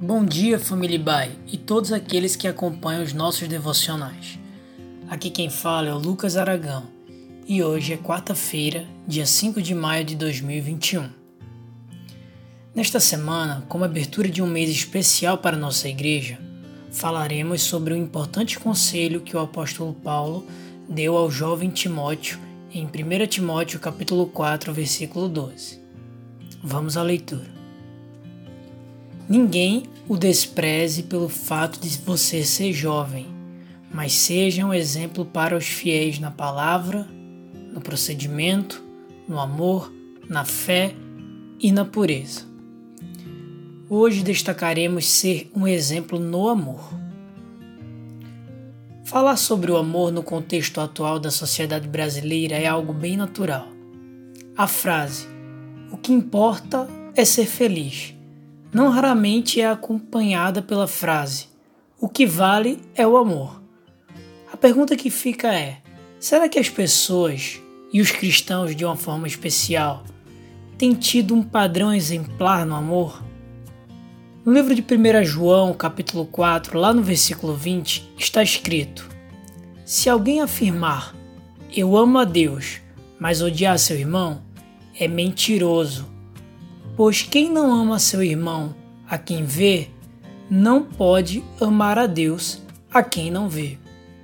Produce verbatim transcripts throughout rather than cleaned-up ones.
Bom dia, família Bai e todos aqueles que acompanham os nossos devocionais. Aqui quem fala é o Lucas Aragão e hoje é quarta-feira, dia cinco de maio de dois mil e vinte e um. Nesta semana, como abertura de um mês especial para nossa igreja, falaremos sobre o importante conselho que o apóstolo Paulo deu ao jovem Timóteo em primeiro Timóteo capítulo quatro, versículo doze. Vamos à leitura. Ninguém o despreze pelo fato de você ser jovem, mas seja um exemplo para os fiéis na palavra, no procedimento, no amor, na fé e na pureza. Hoje destacaremos ser um exemplo no amor. Falar sobre o amor no contexto atual da sociedade brasileira é algo bem natural. A frase, o que importa é ser feliz, não raramente é acompanhada pela frase, o que vale é o amor. A pergunta que fica é, será que as pessoas, e os cristãos de uma forma especial, têm tido um padrão exemplar no amor? No livro de primeiro João, capítulo quatro, lá no versículo vinte, está escrito: se alguém afirmar, eu amo a Deus, mas odiar seu irmão, é mentiroso. Pois quem não ama seu irmão, a quem vê, não pode amar a Deus, a quem não vê.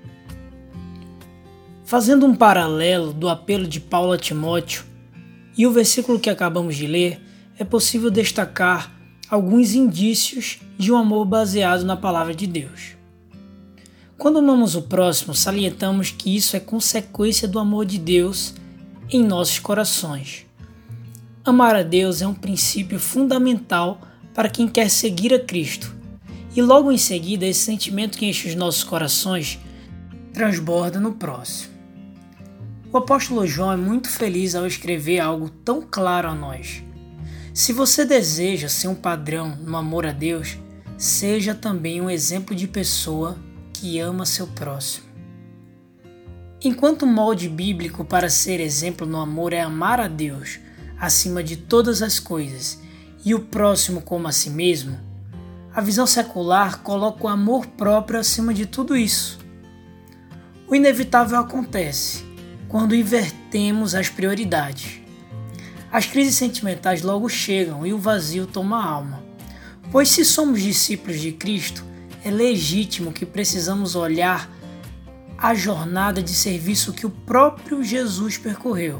Fazendo um paralelo do apelo de Paulo a Timóteo e o versículo que acabamos de ler, é possível destacar alguns indícios de um amor baseado na palavra de Deus. Quando amamos o próximo, salientamos que isso é consequência do amor de Deus em nossos corações. Amar a Deus é um princípio fundamental para quem quer seguir a Cristo. E logo em seguida, esse sentimento que enche os nossos corações transborda no próximo. O apóstolo João é muito feliz ao escrever algo tão claro a nós. Se você deseja ser um padrão no amor a Deus, seja também um exemplo de pessoa que ama seu próximo. Enquanto o molde bíblico para ser exemplo no amor é amar a Deus acima de todas as coisas e o próximo como a si mesmo, a visão secular coloca o amor próprio acima de tudo isso. O inevitável acontece quando invertemos as prioridades. As crises sentimentais logo chegam e o vazio toma a alma. Pois se somos discípulos de Cristo, é legítimo que precisamos olhar a jornada de serviço que o próprio Jesus percorreu.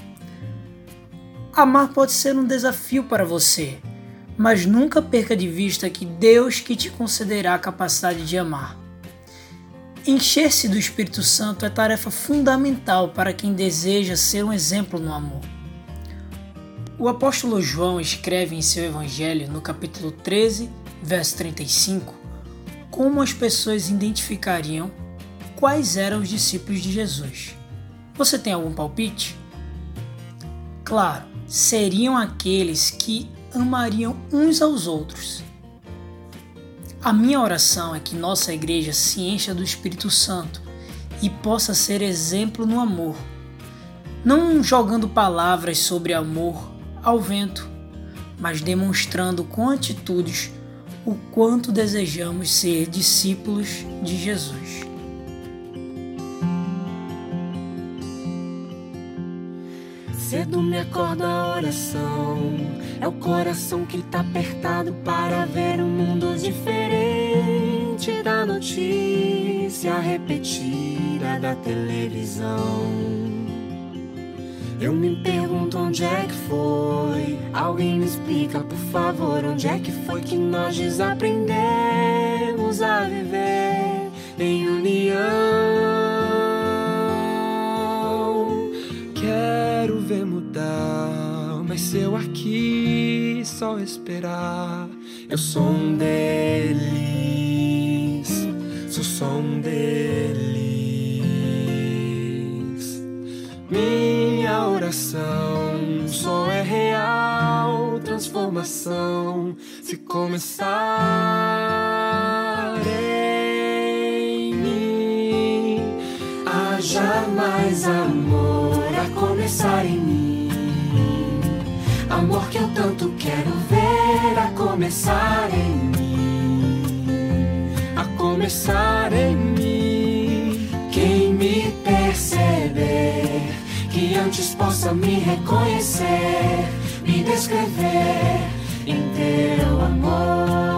Amar pode ser um desafio para você, mas nunca perca de vista que Deus que te concederá a capacidade de amar. Encher-se do Espírito Santo é tarefa fundamental para quem deseja ser um exemplo no amor. O apóstolo João escreve em seu evangelho, no capítulo treze, verso trinta e cinco, como as pessoas identificariam quais eram os discípulos de Jesus. Você tem algum palpite? Claro, seriam aqueles que amariam uns aos outros. A minha oração é que nossa igreja se encha do Espírito Santo e possa ser exemplo no amor, não jogando palavras sobre amor ao vento, mas demonstrando com atitudes o quanto desejamos ser discípulos de Jesus. Cedo me acorda a oração, é o coração que tá apertado para ver um mundo diferente da notícia repetida da televisão. Eu me pergunto onde é que foi, alguém me explica por favor, onde é que foi que nós desaprendemos a viver em união. Quero ver mudar, mas se eu aqui só esperar, eu sou um deles, sou só um deles. Minha oração só é real transformação se começar em mim. Haja mais amor a começar em mim, amor que eu tanto quero ver a começar em mim. começar em mim. Quem me perceber, que antes possa me reconhecer, me descrever em teu amor.